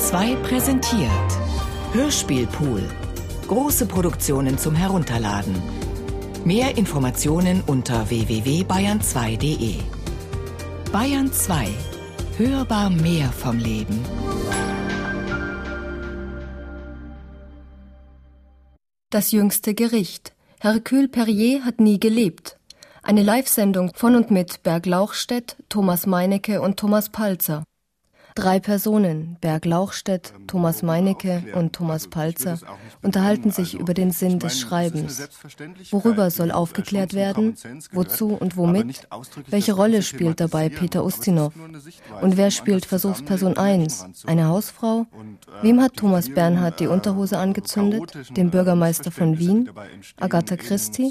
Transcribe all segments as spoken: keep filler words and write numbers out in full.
zwei präsentiert Hörspielpool. Große Produktionen zum Herunterladen. Mehr Informationen unter w w w punkt bayern zwei punkt d e. Bayern zwei. Hörbar mehr vom Leben. Das jüngste Gericht. Hercule Perrier hat nie gelebt. Eine Live-Sendung von und mit Berg Lauchstädt, Thomas Meinecke und Thomas Palzer. Drei Personen, Berg Lauchstädt, Thomas Meinecke und Thomas Palzer, unterhalten sich über den Sinn des Schreibens. Worüber soll aufgeklärt werden? Wozu und womit? Welche Rolle spielt dabei Peter Ustinov? Und wer spielt Versuchsperson eins? Eine Hausfrau? Wem hat Thomas Bernhard die Unterhose angezündet? Dem Bürgermeister von Wien? Agatha Christie?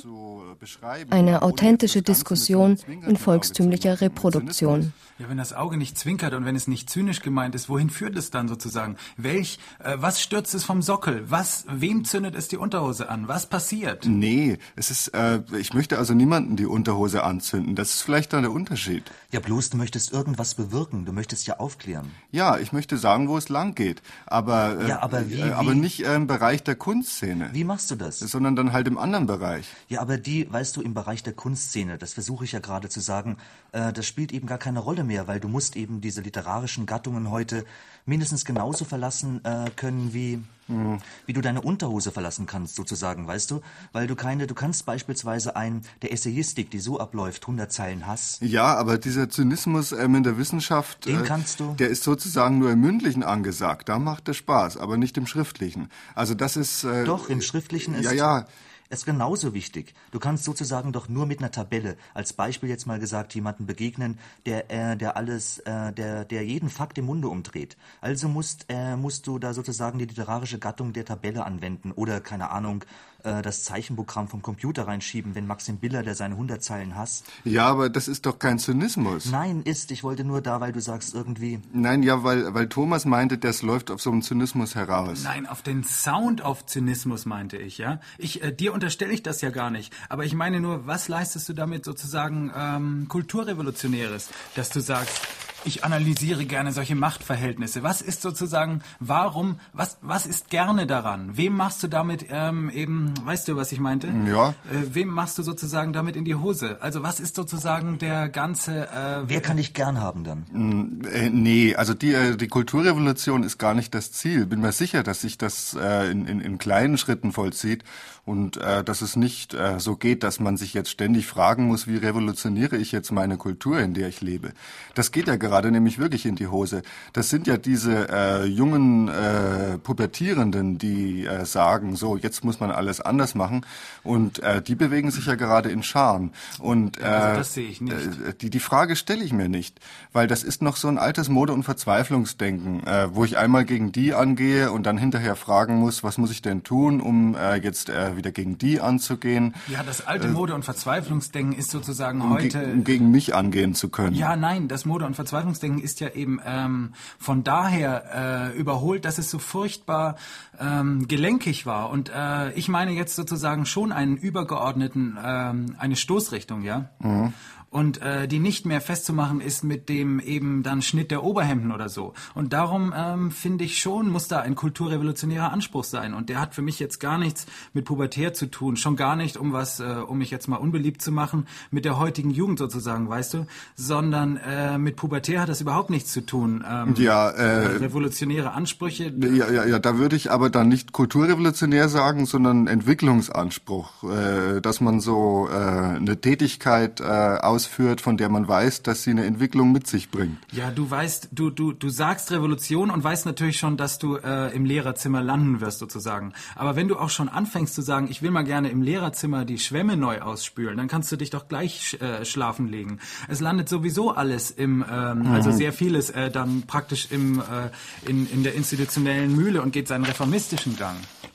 Eine authentische Diskussion in volkstümlicher Reproduktion. Ja, wenn das Auge nicht zwinkert und wenn es nicht zynisch gemeint ist, wohin führt es dann sozusagen? Welch, äh, was stürzt es vom Sockel? Was, wem zündet es die Unterhose an? Was passiert? Nee, es ist, äh, ich möchte also niemanden die Unterhose anzünden. Das ist vielleicht dann der Unterschied. Ja, bloß du möchtest irgendwas bewirken. Du möchtest ja aufklären. Ja, ich möchte sagen, wo es lang geht. Aber, äh, ja, aber, wie, äh, aber wie? nicht äh, im Bereich der Kunstszene. Wie machst du das? Sondern dann halt im anderen Bereich. Ja, aber die, weißt du, im Bereich der Kunstszene, das versuche ich ja gerade zu sagen, äh, das spielt eben gar keine Rolle mehr, weil du musst eben diese literarischen Gattungen heute mindestens genauso verlassen äh, können, wie, mhm. wie du deine Unterhose verlassen kannst, sozusagen, weißt du? Weil du keine, du kannst beispielsweise ein, der Essayistik, die so abläuft, hundert Zeilen Hass. Ja, aber dieser Zynismus ähm, in der Wissenschaft, den äh, kannst du? Der ist sozusagen nur im Mündlichen angesagt, da macht er Spaß, aber nicht im Schriftlichen. Also das ist... Äh, Doch, im Schriftlichen ist... Ja, ja. Es ist genauso wichtig. Du kannst sozusagen doch nur mit einer Tabelle, als Beispiel jetzt mal gesagt, jemanden begegnen, der äh, der alles, äh, der der jeden Fakt im Munde umdreht. Also musst äh, musst du da sozusagen die literarische Gattung der Tabelle anwenden oder keine Ahnung äh, das Zeichenprogramm vom Computer reinschieben, wenn Maxim Biller, der seine hundert Zeilen hasst. Ja, aber das ist doch kein Zynismus. Nein, ist. Ich wollte nur da, weil du sagst irgendwie. Nein, ja, weil weil Thomas meinte, das läuft auf so einen Zynismus heraus. Nein, auf den Sound auf Zynismus meinte ich, ja. Ich äh, dir unterstelle ich das ja gar nicht. Aber ich meine nur, was leistest du damit sozusagen ähm, Kulturrevolutionäres? Dass du sagst, ich analysiere gerne solche Machtverhältnisse. Was ist sozusagen, warum, was was ist gerne daran? Wem machst du damit ähm, eben, weißt du, was ich meinte? Ja. Äh, wem machst du sozusagen damit in die Hose? Also was ist sozusagen der ganze... Äh, Wer kann dich gern haben dann? Äh, nee, also die, äh, die Kulturrevolution ist gar nicht das Ziel. Bin mir sicher, dass sich das äh, in, in, in kleinen Schritten vollzieht und äh, dass es nicht äh, so geht, dass man sich jetzt ständig fragen muss, wie revolutioniere ich jetzt meine Kultur, in der ich lebe. Das geht ja gerade nämlich wirklich in die Hose. Das sind ja diese äh, jungen äh, Pubertierenden, die äh, sagen, so, jetzt muss man alles anders machen und äh, die bewegen sich ja gerade in Scharen. Und, äh, also das sehe ich nicht. Äh, die, die Frage stelle ich mir nicht, weil das ist noch so ein altes Mode- und Verzweiflungsdenken, äh, wo ich einmal gegen die angehe und dann hinterher fragen muss, was muss ich denn tun, um äh, jetzt äh, wieder gegen die anzugehen. Ja, das alte Mode- und Verzweiflungsdenken ist sozusagen um heute... Ge- um gegen mich angehen zu können. Ja, nein, das Mode- und Verzweiflungsdenken ist ja eben ähm, von daher äh, überholt, dass es so furchtbar ähm, gelenkig war. Und äh, ich meine jetzt sozusagen schon einen übergeordneten, ähm, eine Stoßrichtung, ja. Mhm. Und äh, die nicht mehr festzumachen ist mit dem eben dann Schnitt der Oberhemden oder so. Und darum ähm, finde ich schon, muss da ein kulturrevolutionärer Anspruch sein. Und der hat für mich jetzt gar nichts mit Pubertät zu tun. Schon gar nicht, um was, äh, um mich jetzt mal unbeliebt zu machen, mit der heutigen Jugend sozusagen, weißt du? Sondern äh, mit Pubertät hat das überhaupt nichts zu tun. Ähm, ja, äh, revolutionäre Ansprüche. Ja, ja, ja, da würde ich aber dann nicht kulturrevolutionär sagen, sondern Entwicklungsanspruch. Äh, dass man so äh, eine Tätigkeit äh, ausführt, von der man weiß, dass sie eine Entwicklung mit sich bringt. Ja, du weißt, du du du sagst Revolution und weißt natürlich schon, dass du äh, im Lehrerzimmer landen wirst sozusagen. Aber wenn du auch schon anfängst zu sagen, ich will mal gerne im Lehrerzimmer die Schwämme neu ausspülen, dann kannst du dich doch gleich äh, schlafen legen. Es landet sowieso alles im, ähm, mhm. also sehr vieles äh, dann praktisch im äh, in in der institutionellen Mühle und geht seinen reformistischen Gang.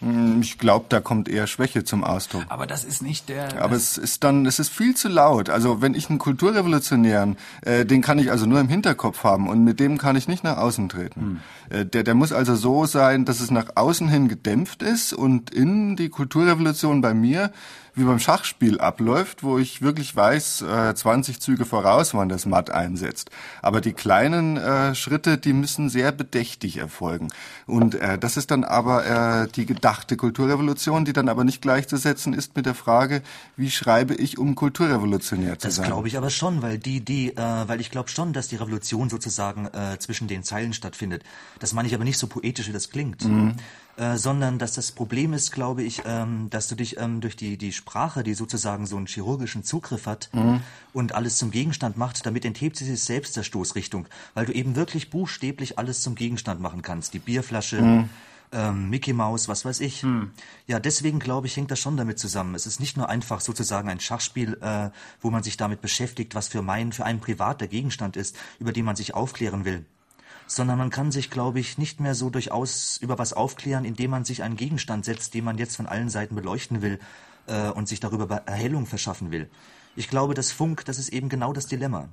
Ich glaube, da kommt eher Schwäche zum Ausdruck. Aber das ist nicht der... Aber es ist dann, es ist viel zu laut. Also wenn ich einen Kulturrevolutionären, äh, den kann ich also nur im Hinterkopf haben und mit dem kann ich nicht nach außen treten. Hm. Äh, der, der muss also so sein, dass es nach außen hin gedämpft ist und in die Kulturrevolution bei mir wie beim Schachspiel abläuft, wo ich wirklich weiß, äh, zwanzig Züge voraus, wann das Matt einsetzt. Aber die kleinen äh, Schritte, die müssen sehr bedächtig erfolgen. Und äh, das ist dann aber äh, die gedachte Kulturrevolution, die dann aber nicht gleichzusetzen ist mit der Frage, wie schreibe ich, um kulturrevolutionär zu das sein. Das glaube ich aber schon, weil die, die, äh, weil ich glaube schon, dass die Revolution sozusagen äh, zwischen den Zeilen stattfindet. Das meine ich aber nicht so poetisch, wie das klingt. Mhm. Äh, sondern dass das Problem ist, glaube ich, ähm, dass du dich ähm, durch die, die Sprache, die sozusagen so einen chirurgischen Zugriff hat mhm. und alles zum Gegenstand macht, damit enthebt sie sich selbst der Stoßrichtung, weil du eben wirklich buchstäblich alles zum Gegenstand machen kannst. Die Bierflasche, mhm. ähm, Mickey Maus, was weiß ich. Mhm. Ja, deswegen glaube ich, hängt das schon damit zusammen. Es ist nicht nur einfach sozusagen ein Schachspiel, äh, wo man sich damit beschäftigt, was für meinen, für einen privat der Gegenstand ist, über den man sich aufklären will. Sondern man kann sich, glaube ich, nicht mehr so durchaus über was aufklären, indem man sich einen Gegenstand setzt, den man jetzt von allen Seiten beleuchten will äh, und sich darüber Erhellung verschaffen will. Ich glaube, das Funk, das ist eben genau das Dilemma.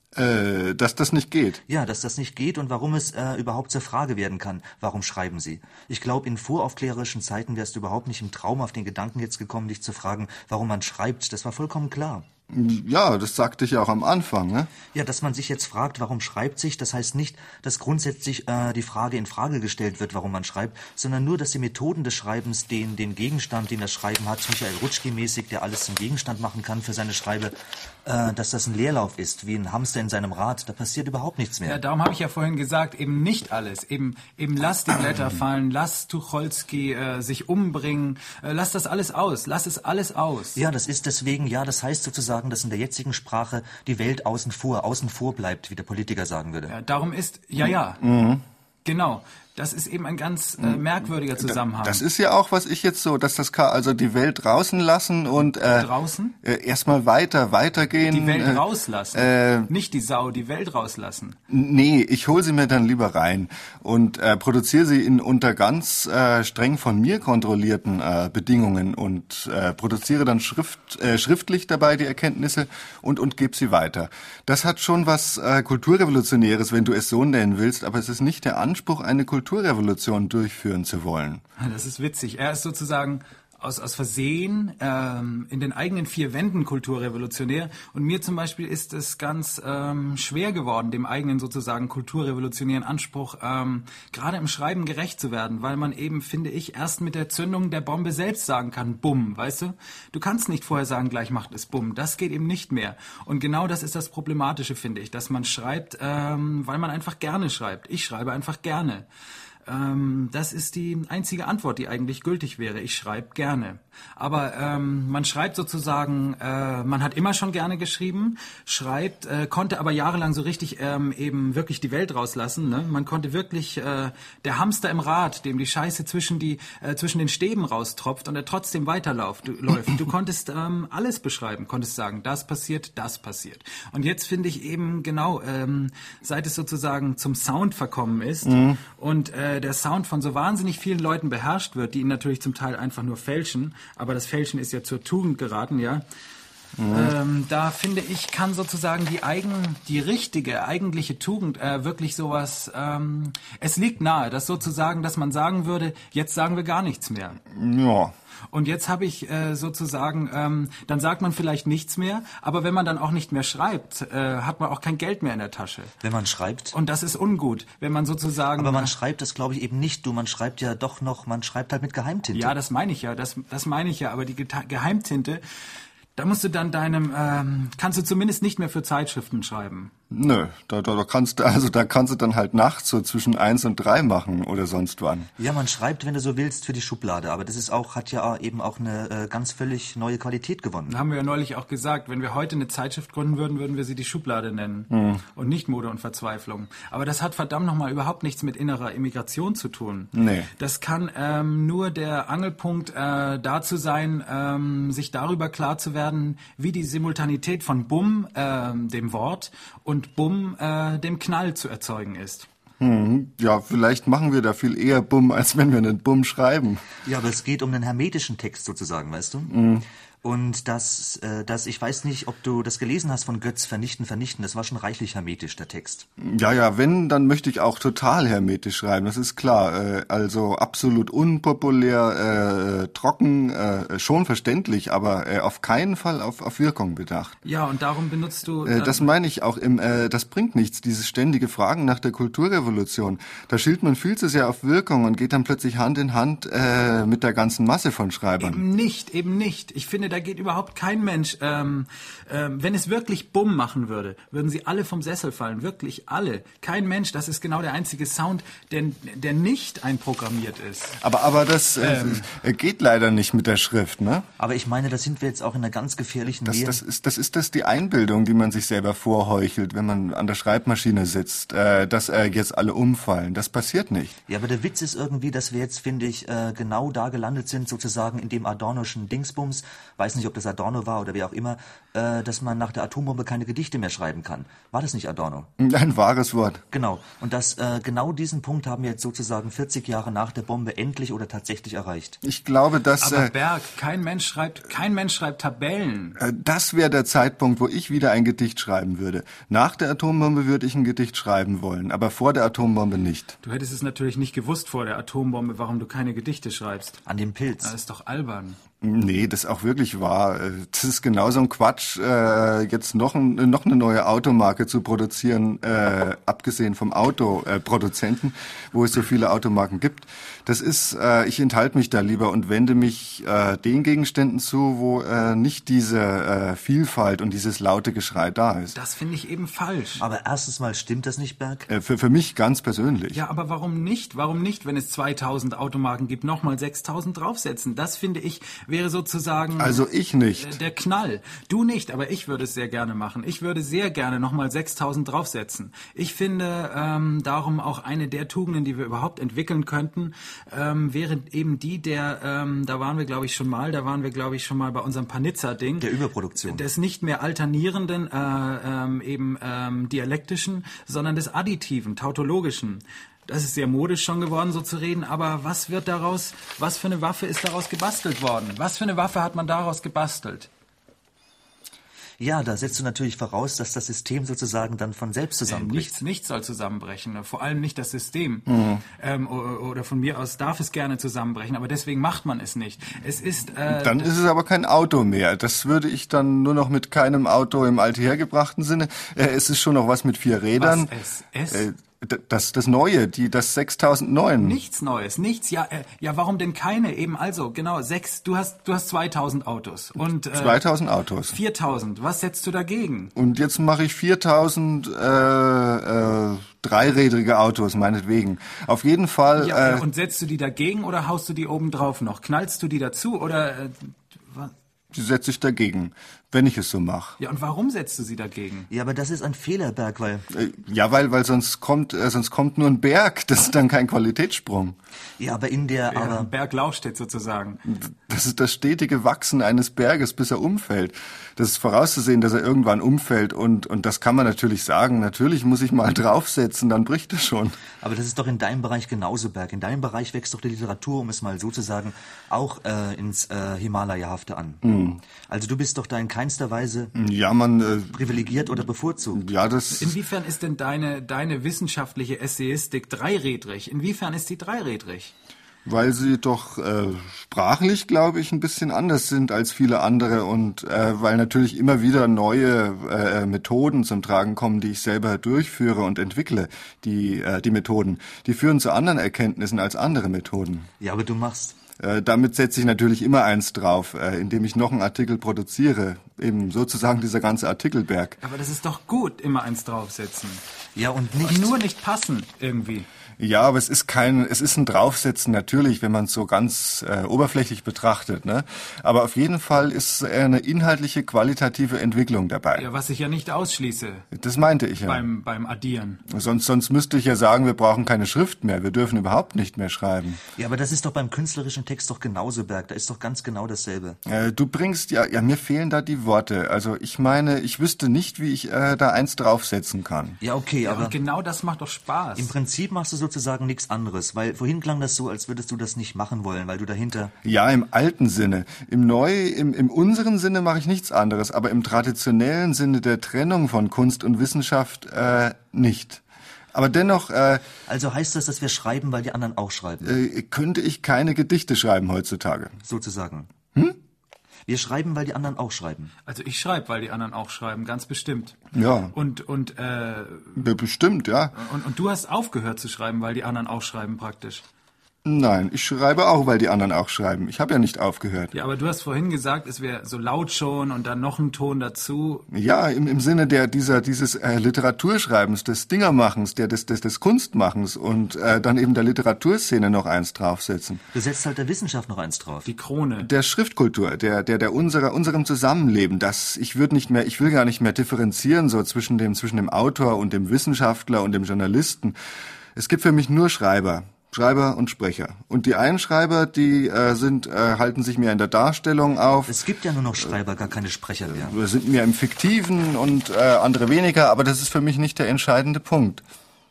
Äh, dass das nicht geht. Ja, dass das nicht geht und warum es äh, überhaupt zur Frage werden kann. Warum schreiben Sie? Ich glaube, in voraufklärerischen Zeiten wärst du überhaupt nicht im Traum auf den Gedanken jetzt gekommen, dich zu fragen, warum man schreibt. Das war vollkommen klar. Ja, das sagte ich ja auch am Anfang, ne? Ja, dass man sich jetzt fragt, warum schreibt sich, das heißt nicht, dass grundsätzlich äh, die Frage in Frage gestellt wird, warum man schreibt, sondern nur, dass die Methoden des Schreibens den, den Gegenstand, den das Schreiben hat, Michael Rutschki-mäßig, der alles zum Gegenstand machen kann für seine Schreibe, äh, dass das ein Leerlauf ist, wie ein Hamster in seinem Rad, da passiert überhaupt nichts mehr. Ja, darum habe ich ja vorhin gesagt, eben nicht alles, eben, eben lass die Blätter fallen, lass Tucholsky äh, sich umbringen, äh, lass das alles aus, lass es alles aus. Ja, das ist deswegen, ja, das heißt sozusagen, dass in der jetzigen Sprache die Welt außen vor, außen vor bleibt, wie der Politiker sagen würde. Ja, darum ist, ja, ja, mhm. genau. Das ist eben ein ganz äh, merkwürdiger Zusammenhang. Das ist ja auch, was ich jetzt so, dass das kann, also die Welt draußen lassen und äh, draußen? Äh, erstmal weiter, weitergehen. Die Welt äh, rauslassen. Äh, Nicht die Sau, die Welt rauslassen. Nee, ich hole sie mir dann lieber rein und äh, produziere sie in unter ganz äh, streng von mir kontrollierten äh, Bedingungen und äh, produziere dann Schrift, äh, schriftlich dabei die Erkenntnisse und und gebe sie weiter. Das hat schon was äh, Kulturrevolutionäres, wenn du es so nennen willst, aber es ist nicht der Anspruch, eine Kultur Kulturrevolution durchführen zu wollen. Das ist witzig. Er ist sozusagen aus, aus Versehen ähm, in den eigenen vier Wänden kulturrevolutionär. Und mir zum Beispiel ist es ganz ähm, schwer geworden, dem eigenen sozusagen kulturrevolutionären Anspruch ähm, gerade im Schreiben gerecht zu werden, weil man eben, finde ich, erst mit der Zündung der Bombe selbst sagen kann, bumm, weißt du? Du kannst nicht vorher sagen, gleich macht es bumm. Das geht eben nicht mehr. Und genau das ist das Problematische, finde ich, dass man schreibt, ähm, weil man einfach gerne schreibt. Ich schreibe einfach gerne. Ähm, das ist die einzige Antwort, die eigentlich gültig wäre. Ich schreibe gerne. Aber ähm, man schreibt sozusagen, äh, man hat immer schon gerne geschrieben, schreibt, äh, konnte aber jahrelang so richtig ähm, eben wirklich die Welt rauslassen. Ne? Man konnte wirklich, äh, der Hamster im Rad, dem die Scheiße zwischen, die, äh, zwischen den Stäben raustropft und er trotzdem weiterläuft. Du, läuft. Du konntest ähm, alles beschreiben, konntest sagen, das passiert, das passiert. Und jetzt finde ich eben genau, ähm, seit es sozusagen zum Sound verkommen ist mhm. und äh, der Sound von so wahnsinnig vielen Leuten beherrscht wird, die ihn natürlich zum Teil einfach nur fälschen, aber das Fälschen ist ja zur Tugend geraten, ja. Mhm. Ähm, da finde ich, kann sozusagen die eigen, die richtige, eigentliche Tugend äh, wirklich sowas, ähm, es liegt nahe, dass sozusagen, dass man sagen würde, jetzt sagen wir gar nichts mehr. Ja. Und jetzt habe ich äh, sozusagen, ähm, dann sagt man vielleicht nichts mehr, aber wenn man dann auch nicht mehr schreibt, äh, hat man auch kein Geld mehr in der Tasche. Wenn man schreibt? Und das ist ungut, wenn man sozusagen... Aber man schreibt das, glaube ich, eben nicht. Du, man schreibt ja doch noch, man schreibt halt mit Geheimtinte. Ja, das meine ich ja, das, das meine ich ja, aber die Ge- Geheimtinte... Da musst du dann deinem, ähm, kannst du zumindest nicht mehr für Zeitschriften schreiben. Nö, da, da, da kannst du, also da kannst du dann halt nachts so zwischen eins und drei machen oder sonst wann. Ja, man schreibt, wenn du so willst, für die Schublade, aber das ist auch, hat ja eben auch eine äh, ganz völlig neue Qualität gewonnen. Da haben wir ja neulich auch gesagt, wenn wir heute eine Zeitschrift gründen würden, würden wir sie die Schublade nennen hm. und nicht Mode und Verzweiflung. Aber das hat verdammt nochmal überhaupt nichts mit innerer Immigration zu tun. Nee. Das kann ähm, nur der Angelpunkt äh, dazu sein, ähm, sich darüber klar zu werden, wie die Simultanität von Bumm, äh, dem Wort, und Bumm, äh, dem Knall zu erzeugen ist. Hm, ja, vielleicht machen wir da viel eher Bumm, als wenn wir einen Bumm schreiben. Ja, aber es geht um einen hermetischen Text sozusagen, weißt du? Mhm. Und das, äh, das, ich weiß nicht, ob du das gelesen hast von Götz, Vernichten, Vernichten, das war schon reichlich hermetisch, der Text. Ja, ja, wenn, dann möchte ich auch total hermetisch schreiben, das ist klar. Äh, also absolut unpopulär, äh, trocken, äh, schon verständlich, aber äh, auf keinen Fall auf, auf Wirkung bedacht. Ja, und darum benutzt du... Äh, das meine ich auch, im, äh, das bringt nichts, dieses ständige Fragen nach der Kulturrevolution. Da schielt man viel zu sehr auf Wirkung und geht dann plötzlich Hand in Hand äh, mit der ganzen Masse von Schreibern. Eben nicht, eben nicht. Ich finde, da geht überhaupt kein Mensch, ähm, ähm, wenn es wirklich Bumm machen würde, würden sie alle vom Sessel fallen, wirklich alle. Kein Mensch, das ist genau der einzige Sound, der, der nicht einprogrammiert ist. Aber, aber das äh, ähm. geht leider nicht mit der Schrift, ne? Aber ich meine, da sind wir jetzt auch in einer ganz gefährlichen das, Nähe. Das ist, das ist das die Einbildung, die man sich selber vorheuchelt, wenn man an der Schreibmaschine sitzt, äh, dass äh, jetzt alle umfallen. Das passiert nicht. Ja, aber der Witz ist irgendwie, dass wir jetzt, finde ich, äh, genau da gelandet sind, sozusagen in dem Adornoschen Dingsbums, weiß nicht, ob das Adorno war oder wer auch immer, äh, dass man nach der Atombombe keine Gedichte mehr schreiben kann. War das nicht Adorno? Ein wahres Wort. Genau. Und das, äh, genau diesen Punkt haben wir jetzt sozusagen vierzig Jahre nach der Bombe endlich oder tatsächlich erreicht. Ich glaube, dass... Aber äh, Berg, kein Mensch schreibt, kein Mensch schreibt Tabellen. Äh, das wäre der Zeitpunkt, wo ich wieder ein Gedicht schreiben würde. Nach der Atombombe würde ich ein Gedicht schreiben wollen, aber vor der Atombombe nicht. Du hättest es natürlich nicht gewusst vor der Atombombe, warum du keine Gedichte schreibst. An dem Pilz. Das ist doch albern. Nee, das ist auch wirklich wahr. Das ist genauso ein Quatsch, äh, jetzt noch, ein, noch eine neue Automarke zu produzieren, äh, abgesehen vom Autoproduzenten, äh, wo es so viele Automarken gibt. Das ist, äh, ich enthalte mich da lieber und wende mich äh, den Gegenständen zu, wo äh, nicht diese äh, Vielfalt und dieses laute Geschrei da ist. Das finde ich eben falsch. Aber erstens mal stimmt das nicht, Berg? Äh, für, für mich ganz persönlich. Ja, aber warum nicht? Warum nicht, wenn es zweitausend Automarken gibt, nochmal sechstausend draufsetzen? Das finde ich wäre sozusagen... Also ich nicht. Der Knall. Du nicht, aber ich würde es sehr gerne machen. Ich würde sehr gerne nochmal sechstausend draufsetzen. Ich finde ähm, darum auch eine der Tugenden, die wir überhaupt entwickeln könnten, ähm, wäre eben die der, ähm, da waren wir glaube ich schon mal, da waren wir glaube ich schon mal bei unserem Panizza-Ding. Der Überproduktion. Des nicht mehr alternierenden, äh, ähm, eben ähm, dialektischen, sondern des additiven, tautologischen. Das ist sehr modisch schon geworden, so zu reden, aber was wird daraus, was für eine Waffe ist daraus gebastelt worden? Was für eine Waffe hat man daraus gebastelt? Ja, da setzt du natürlich voraus, dass das System sozusagen dann von selbst zusammenbricht. Nichts, nichts soll zusammenbrechen, vor allem nicht das System. Mhm. Ähm, oder, oder von mir aus darf es gerne zusammenbrechen, aber deswegen macht man es nicht. Es ist... Äh, dann ist es aber kein Auto mehr. Das würde ich dann nur noch mit keinem Auto im althergebrachten Sinne. Äh, es ist schon noch was mit vier Rädern. Was es? Es? Äh, Das, das Neue, die, das sechstausendneun. Nichts Neues, nichts. Ja, äh, ja, warum denn keine? Eben also, genau, sechs, du hast, du hast zweitausend Autos. Und, äh, zweitausend Autos. viertausend, was setzt du dagegen? Und jetzt mache ich viertausend, äh, äh, dreirädrige Autos, meinetwegen. Auf jeden Fall, Ja, äh, und setzt du die dagegen oder haust du die oben drauf noch? Knallst du die dazu oder, äh, was? die setze ich dagegen, wenn ich es so mache. Ja, und warum setzt du sie dagegen? Ja, aber das ist ein Fehler, Berg, weil... Äh, ja, weil, weil sonst kommt, äh, sonst kommt nur ein Berg. Das ist dann kein Qualitätssprung. Ja, aber in der... Ja, aber Berg Lauchstedt sozusagen. Das ist das stetige Wachsen eines Berges, bis er umfällt. Das ist vorauszusehen, dass er irgendwann umfällt. Und, und das kann man natürlich sagen. Natürlich muss ich mal draufsetzen, dann bricht er schon. Aber das ist doch in deinem Bereich genauso, Berg. In deinem Bereich wächst doch die Literatur, um es mal so zu sagen, auch äh, ins äh, Himalaya-hafte an. Mhm. Also du bist doch da in keinster Weise ja, man, äh, privilegiert oder bevorzugt. Ja, das... Inwiefern ist denn deine, deine wissenschaftliche Essayistik dreirädrig? Inwiefern ist die dreirädrig? Weil sie doch äh, sprachlich, glaube ich, ein bisschen anders sind als viele andere und äh, weil natürlich immer wieder neue äh, Methoden zum Tragen kommen, die ich selber durchführe und entwickle, die, äh, die Methoden. Die führen zu anderen Erkenntnissen als andere Methoden. Ja, aber du machst... Äh, damit setze ich natürlich immer eins drauf, äh, indem ich noch einen Artikel produziere. Eben sozusagen dieser ganze Artikelberg. Aber das ist doch gut, immer eins draufsetzen. Ja, und nicht... Und nur nicht passen, irgendwie. Ja, aber es ist kein, es ist ein Draufsetzen natürlich, wenn man es so ganz äh, oberflächlich betrachtet, ne? Aber auf jeden Fall ist eine inhaltliche, qualitative Entwicklung dabei. Ja, was ich ja nicht ausschließe. Das meinte ich ja. Beim, beim Addieren. Sonst, sonst müsste ich ja sagen, wir brauchen keine Schrift mehr, wir dürfen überhaupt nicht mehr schreiben. Ja, aber das ist doch beim künstlerischen Text doch genauso, Berg. Da ist doch ganz genau dasselbe. Äh, du bringst ja, ja, mir fehlen da die Worte. Also ich meine, ich wüsste nicht, wie ich äh, da eins draufsetzen kann. Ja, okay, Ja, aber und genau das macht doch Spaß. im Prinzip machst du sozusagen nichts anderes, weil vorhin klang das so, als würdest du das nicht machen wollen, weil du dahinter... Ja, im alten Sinne. Im neu, im, im unseren Sinne mache ich nichts anderes, aber im traditionellen Sinne der Trennung von Kunst und Wissenschaft äh, nicht. Aber dennoch äh, Also heißt das, dass wir schreiben, weil die anderen auch schreiben, äh, könnte ich keine Gedichte schreiben heutzutage. sozusagen. Hm? Wir schreiben, weil die anderen auch schreiben. Also ich schreibe, weil die anderen auch schreiben, ganz bestimmt. Ja, Und, und, äh, ja, bestimmt, ja. und, und du hast aufgehört zu schreiben, weil die anderen auch schreiben praktisch. Nein, ich schreibe auch, weil die anderen auch schreiben. Ich habe ja nicht aufgehört. Ja, aber du hast vorhin gesagt, es wäre so laut schon und dann noch ein Ton dazu. Ja, im, im Sinne der dieser dieses äh, Literaturschreibens, des Dingermachens, der des des, des Kunstmachens und äh, dann eben der Literaturszene noch eins draufsetzen. Du setzt halt der Wissenschaft noch eins drauf. Die Krone. Der Schriftkultur, der der der unserer unserem Zusammenleben, das ich würde nicht mehr, ich will gar nicht mehr differenzieren so zwischen dem zwischen dem Autor und dem Wissenschaftler und dem Journalisten. Es gibt für mich nur Schreiber. Schreiber und Sprecher. Und die einen Schreiber, die äh, sind, äh, halten sich mehr in der Darstellung auf, Es gibt ja nur noch Schreiber, gar keine Sprecher mehr. sind mehr im Fiktiven und äh, andere weniger, aber das ist für mich nicht der entscheidende Punkt.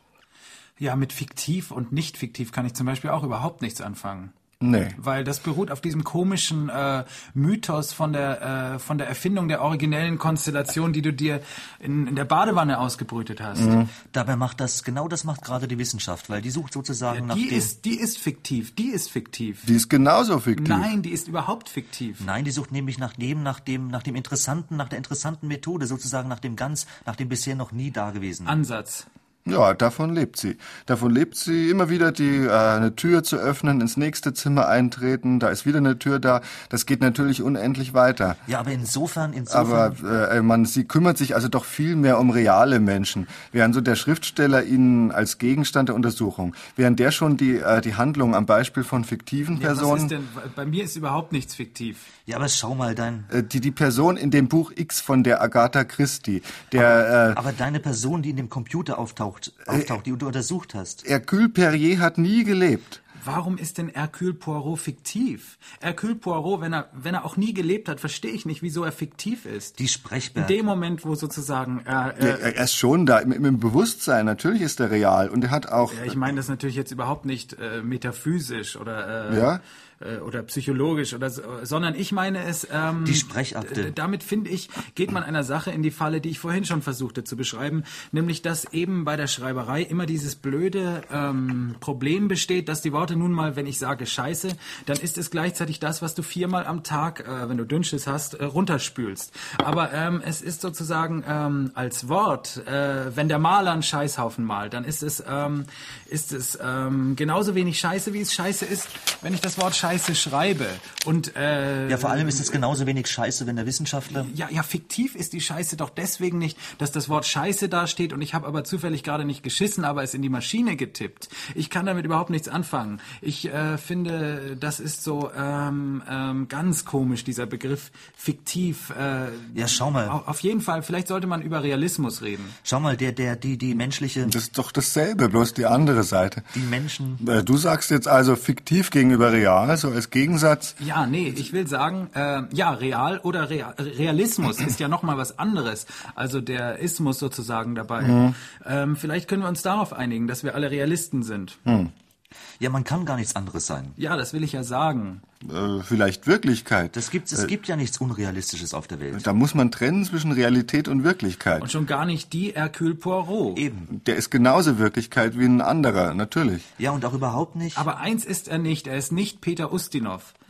Ja, mit fiktiv und nicht fiktiv kann ich zum Beispiel auch überhaupt nichts anfangen. Nee. Weil das beruht auf diesem komischen äh, Mythos von der äh, von der Erfindung der originellen Konstellation, die du dir in, in der Badewanne ausgebrütet hast. Mhm. Dabei macht das, genau das macht gerade die Wissenschaft, weil die sucht sozusagen nach Die dem... ist, die ist fiktiv, die ist fiktiv. Die ist genauso fiktiv. Nein, die ist überhaupt fiktiv. Nein, die sucht nämlich nach dem, nach dem, nach dem interessanten, nach der interessanten Methode, sozusagen nach dem ganz, nach dem bisher noch nie dagewesenen. Ansatz. Ja, davon lebt sie. Davon lebt sie, immer wieder die äh, eine Tür zu öffnen, ins nächste Zimmer eintreten, da ist wieder eine Tür da. Das geht natürlich unendlich weiter. Ja, aber insofern, insofern... Aber äh, man, sie kümmert sich also doch viel mehr um reale Menschen, während so der Schriftsteller ihnen als Gegenstand der Untersuchung, während der schon die äh, die Handlung am Beispiel von fiktiven Ja, was Personen, ist denn, bei mir ist überhaupt nichts fiktiv. ja, aber schau mal, dein... äh, die die Person in dem Buch X von der Agatha Christie, der äh, Aber deine Person, die in dem Computer auftaucht, auftaucht, die du untersucht hast. Hercule Perrier hat nie gelebt. Warum ist denn Hercule Poirot fiktiv? Hercule Poirot, wenn er, wenn er auch nie gelebt hat, verstehe ich nicht, wieso er fiktiv ist. Die In Sprechberg. dem Moment, wo sozusagen äh, Ja, äh, er ist schon da, im, im Bewusstsein, natürlich ist er real. Und er hat auch... ja, ich meine das natürlich jetzt überhaupt nicht äh, metaphysisch oder äh, Ja? äh, oder psychologisch oder so, sondern ich meine es ähm, Die Sprechakte. d- damit finde ich, geht man einer Sache in die Falle, die ich vorhin schon versuchte zu beschreiben, nämlich dass eben bei der Schreiberei immer dieses blöde ähm, Problem besteht, dass die Worte nun mal, wenn ich sage Scheiße, dann ist es gleichzeitig das, was du viermal am Tag, äh, wenn du Dünnschiss hast, äh, runterspülst. Aber ähm, es ist sozusagen ähm, als Wort, äh, wenn der Maler einen Scheißhaufen malt, dann ist es ähm, ist es ähm, genauso wenig Scheiße, wie es Scheiße ist, wenn ich das Wort Scheiße schreibe. Und äh, Ja, vor allem ist es genauso wenig Scheiße, wenn der Wissenschaftler... ja, ja, fiktiv ist die Scheiße doch deswegen nicht, dass das Wort Scheiße da steht und ich habe aber zufällig gerade nicht geschissen, aber es in die Maschine getippt. Ich kann damit überhaupt nichts anfangen. Ich äh, finde, das ist so ähm, ähm, ganz komisch, dieser Begriff fiktiv. Äh, Ja, schau mal. Auf, auf jeden Fall, vielleicht sollte man über Realismus reden. Schau mal, der, der, die, die menschliche... Das ist doch dasselbe, bloß die andere Seite. Die Menschen... Äh, Du sagst jetzt also fiktiv gegenüber real, so als Gegensatz. Ja, nee, ich will sagen, äh, ja, real oder Real, Realismus ist ja nochmal was anderes. Also der Ismus sozusagen dabei. Mhm. Ähm, vielleicht können wir uns darauf einigen, dass wir alle Realisten sind. Mhm. Ja, man kann gar nichts anderes sein. Ja, das will ich ja sagen. Äh, vielleicht Wirklichkeit. Das gibt's, es gibt ja nichts Unrealistisches auf der Welt. Da muss man trennen zwischen Realität und Wirklichkeit. Und schon gar nicht die Hercule Poirot. Eben. Der ist genauso Wirklichkeit wie ein anderer, natürlich. Ja, und auch überhaupt nicht... Aber eins ist er nicht, er ist nicht Peter Ustinov.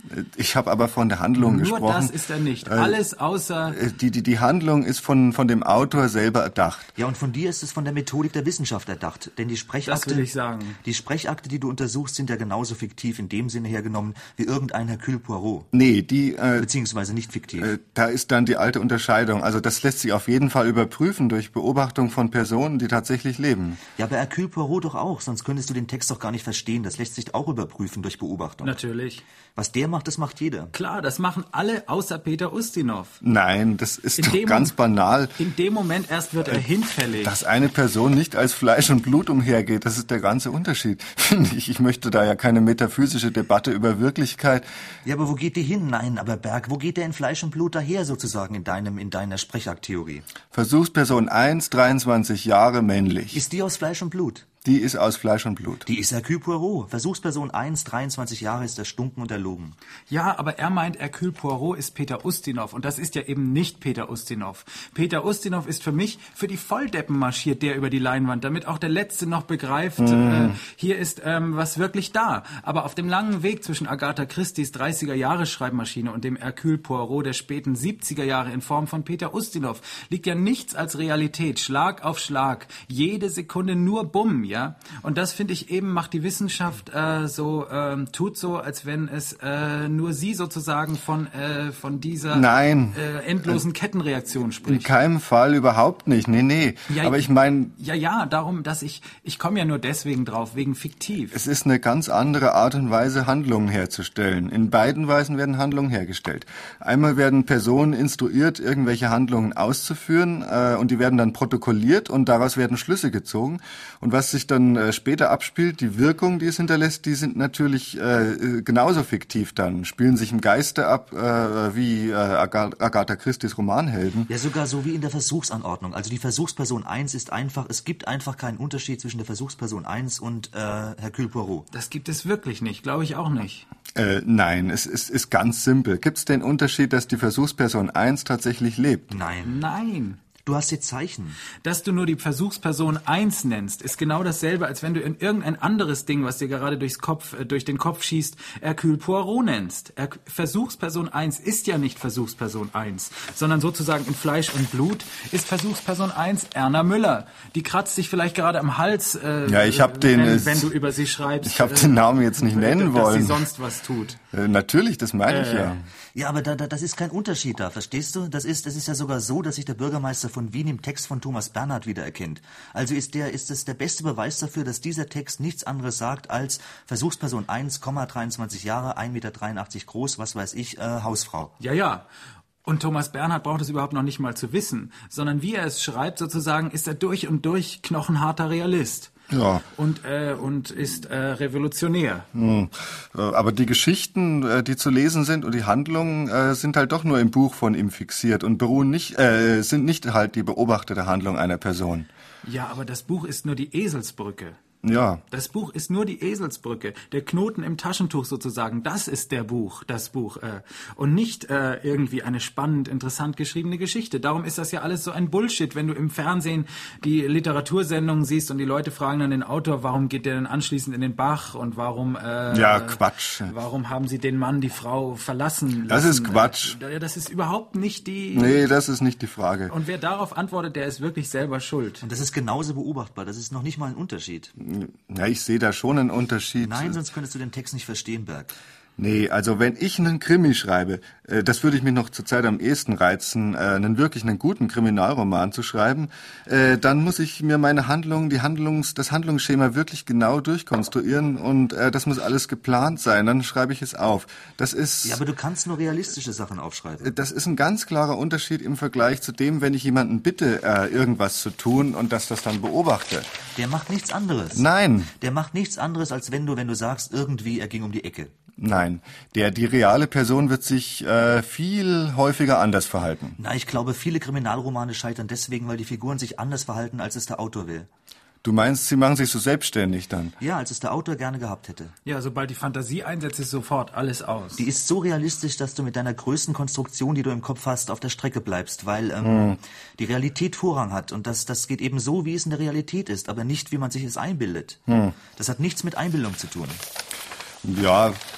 Ich habe aber von der Handlung Nur gesprochen. Nur das ist er nicht. Alles außer... Die, die, die Handlung ist von, von dem Autor selber erdacht. Ja, und von dir ist es von der Methodik der Wissenschaft erdacht. Denn die Sprechakte... Das will ich sagen. Die Sprechakte, die du untersuchst, sind ja genauso fiktiv in dem Sinne hergenommen wie irgendein Hercule Poirot. Nee, die... Äh, Beziehungsweise nicht fiktiv. Äh, da ist dann die alte Unterscheidung. Also das lässt sich auf jeden Fall überprüfen durch Beobachtung von Personen, die tatsächlich leben. Ja, aber Hercule Poirot doch auch. Sonst könntest du den Text doch gar nicht verstehen. Das lässt sich auch überprüfen durch Beobachtung. Natürlich. Was der macht, das macht jeder. Klar, das machen alle außer Peter Ustinov. Nein, das ist in doch ganz banal. In dem Moment erst wird er äh, hinfällig. Dass eine Person nicht als Fleisch und Blut umhergeht, das ist der ganze Unterschied, finde ich. Ich möchte da ja keine metaphysische Debatte über Wirklichkeit. Ja, aber wo geht die hin? Nein, aber Berg, wo geht der in Fleisch und Blut daher sozusagen in deinem, in deiner Sprechakttheorie? Versuchsperson eins, dreiundzwanzig Jahre, männlich. Ist die aus Fleisch und Blut? Die ist aus Fleisch und Blut. Die ist Hercule Poirot. Versuchsperson eins, dreiundzwanzig Jahre, ist erstunken und erlogen. Ja, aber er meint, Hercule Poirot ist Peter Ustinov. Und das ist ja eben nicht Peter Ustinov. Peter Ustinov ist für mich für die Volldeppen marschiert, der über die Leinwand, damit auch der Letzte noch begreift, mm. äh, hier ist ähm, was wirklich da. Aber auf dem langen Weg zwischen Agatha Christie's dreißiger-Jahre-Schreibmaschine und dem Hercule Poirot der späten siebziger Jahre in Form von Peter Ustinov liegt ja nichts als Realität, Schlag auf Schlag. Jede Sekunde nur Bumm, ja. Und das, finde ich, eben macht die Wissenschaft äh, so, ähm, tut so, als wenn es äh, nur sie sozusagen von, äh, von dieser Nein. Äh, endlosen Kettenreaktion spricht. In keinem Fall, überhaupt nicht. Nee, nee. Ja, aber ich meine... Ja, ja, darum, dass ich, ich komme ja nur deswegen drauf, wegen fiktiv. Es ist eine ganz andere Art und Weise, Handlungen herzustellen. In beiden Weisen werden Handlungen hergestellt. Einmal werden Personen instruiert, irgendwelche Handlungen auszuführen äh, und die werden dann protokolliert und daraus werden Schlüsse gezogen. Und was sich dann äh, später abspielt, die Wirkung, die es hinterlässt, die sind natürlich äh, genauso fiktiv dann, spielen sich im Geiste ab, äh, wie äh, Ag- Agatha Christie's Romanhelden. Ja, sogar so wie in der Versuchsanordnung. Also die Versuchsperson eins ist einfach, es gibt einfach keinen Unterschied zwischen der Versuchsperson eins und äh, Hercule Poirot. Das gibt es wirklich nicht, glaube ich auch nicht. Äh, nein, es ist, ist ganz simpel. Gibt es den Unterschied, dass die Versuchsperson eins tatsächlich lebt? Nein. Nein. Du hast jetzt Zeichen. Dass du nur die Versuchsperson eins nennst, ist genau dasselbe, als wenn du in irgendein anderes Ding, was dir gerade durchs Kopf, äh, durch den Kopf schießt, Hercule Poirot nennst. Er- Versuchsperson eins ist ja nicht Versuchsperson eins, sondern sozusagen in Fleisch und Blut ist Versuchsperson eins Erna Müller. Die kratzt sich vielleicht gerade am Hals, äh, Ja, ich hab den, wenn, äh, wenn du über sie schreibst. Ich habe den Namen jetzt nicht nennen dass wollen. sie sonst was tut. Äh, natürlich, das meine ich Äh. ja. Ja, aber da, da, das ist kein Unterschied da, verstehst du? Das ist, das ist ja sogar so, dass sich der Bürgermeister von Wien im Text von Thomas Bernhard wiedererkennt. Also ist der, ist es der beste Beweis dafür, dass dieser Text nichts anderes sagt als Versuchsperson eins, dreiundzwanzig Jahre, ein Meter dreiundachtzig groß, was weiß ich, äh, Hausfrau. Ja, ja. Und Thomas Bernhard braucht es überhaupt noch nicht mal zu wissen, sondern wie er es schreibt, sozusagen, ist er durch und durch knochenharter Realist. Ja. Und, äh, und ist äh, revolutionär. Hm. Äh, Aber die Geschichten, äh, die zu lesen sind und die Handlungen äh, sind halt doch nur im Buch von ihm fixiert und beruhen nicht, äh, sind nicht halt die beobachtete Handlung einer Person. Ja, aber das Buch ist nur die Eselsbrücke. Ja. Das Buch ist nur die Eselsbrücke, der Knoten im Taschentuch sozusagen, das ist der Buch, das Buch. Äh, und nicht äh, irgendwie eine spannend, interessant geschriebene Geschichte. Darum ist das ja alles so ein Bullshit, wenn du im Fernsehen die Literatursendungen siehst und die Leute fragen dann den Autor, warum geht der denn anschließend in den Bach und warum... Äh, Ja, Quatsch. Warum haben sie den Mann, die Frau verlassen lassen? Das ist Quatsch. Äh, Das ist überhaupt nicht die... Nee, das ist nicht die Frage. Und wer darauf antwortet, der ist wirklich selber schuld. Und das ist genauso beobachtbar, das ist noch nicht mal ein Unterschied. Ja, ich sehe da schon einen Unterschied. Nein, sonst könntest du den Text nicht verstehen, Berg. Nee, also wenn ich einen Krimi schreibe, äh, das würde ich mich noch zur Zeit am ehesten reizen, äh, einen wirklich einen guten Kriminalroman zu schreiben, äh, dann muss ich mir meine Handlungen, die Handlungs, das Handlungsschema wirklich genau durchkonstruieren und äh, das muss alles geplant sein, dann schreibe ich es auf. Das ist... Ja, aber du kannst nur realistische Sachen aufschreiben. Das ist ein ganz klarer Unterschied im Vergleich zu dem, wenn ich jemanden bitte, äh, irgendwas zu tun und dass das dann beobachte. Der macht nichts anderes. Nein. Der macht nichts anderes, als wenn du, wenn du sagst, irgendwie, er ging um die Ecke. Nein, der, die reale Person wird sich äh, viel häufiger anders verhalten. Na, ich glaube, viele Kriminalromane scheitern deswegen, weil die Figuren sich anders verhalten, als es der Autor will. Du meinst, sie machen sich so selbstständig dann? Ja, als es der Autor gerne gehabt hätte. Ja, sobald die Fantasie einsetzt, ist sofort alles aus. Die ist so realistisch, dass du mit deiner größten Konstruktion, die du im Kopf hast, auf der Strecke bleibst, weil ähm, Hm. die Realität Vorrang hat. Und das, das geht eben so, wie es in der Realität ist, aber nicht, wie man sich es einbildet. Hm. Das hat nichts mit Einbildung zu tun. Ja,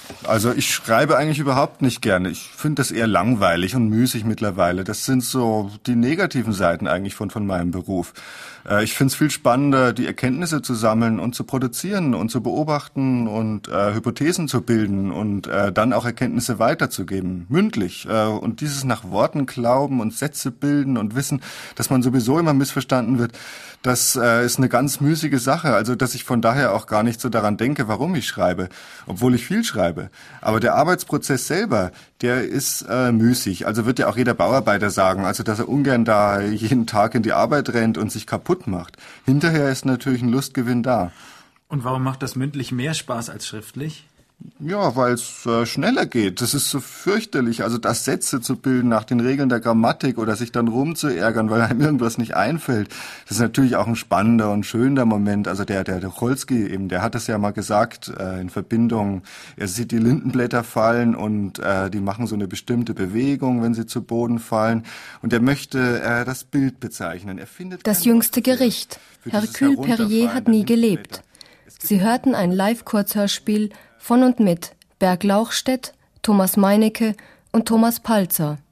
Also ich schreibe eigentlich überhaupt nicht gerne. Ich finde das eher langweilig und müßig mittlerweile. Das sind so die negativen Seiten eigentlich von, von meinem Beruf. Äh, ich finde es viel spannender, die Erkenntnisse zu sammeln und zu produzieren und zu beobachten und äh, Hypothesen zu bilden und äh, dann auch Erkenntnisse weiterzugeben, mündlich. Äh, und dieses nach Worten glauben und Sätze bilden und wissen, dass man sowieso immer missverstanden wird, das äh, ist eine ganz müßige Sache. Also dass ich von daher auch gar nicht so daran denke, warum ich schreibe, obwohl ich viel schreibe. Aber der Arbeitsprozess selber, der ist äh, müßig. Also wird ja auch jeder Bauarbeiter sagen, also dass er ungern da jeden Tag in die Arbeit rennt und sich kaputt macht. Hinterher ist natürlich ein Lustgewinn da. Und warum macht das mündlich mehr Spaß als schriftlich? Ja, weil es äh, schneller geht. Das ist so fürchterlich. Also das Sätze zu bilden nach den Regeln der Grammatik oder sich dann rumzuärgern, weil einem irgendwas nicht einfällt. Das ist natürlich auch ein spannender und schöner Moment. Also der der Tucholsky eben, der hat es ja mal gesagt äh, in Verbindung. Er sieht die Lindenblätter fallen und äh, die machen so eine bestimmte Bewegung, wenn sie zu Boden fallen. Und er möchte äh, das Bild bezeichnen. Er findet das jüngste Gericht. Hercule Perrier hat nie gelebt. Sie hörten ein Live-Kurzhörspiel von und mit Berg Lauchstädt, Thomas Meinecke und Thomas Palzer.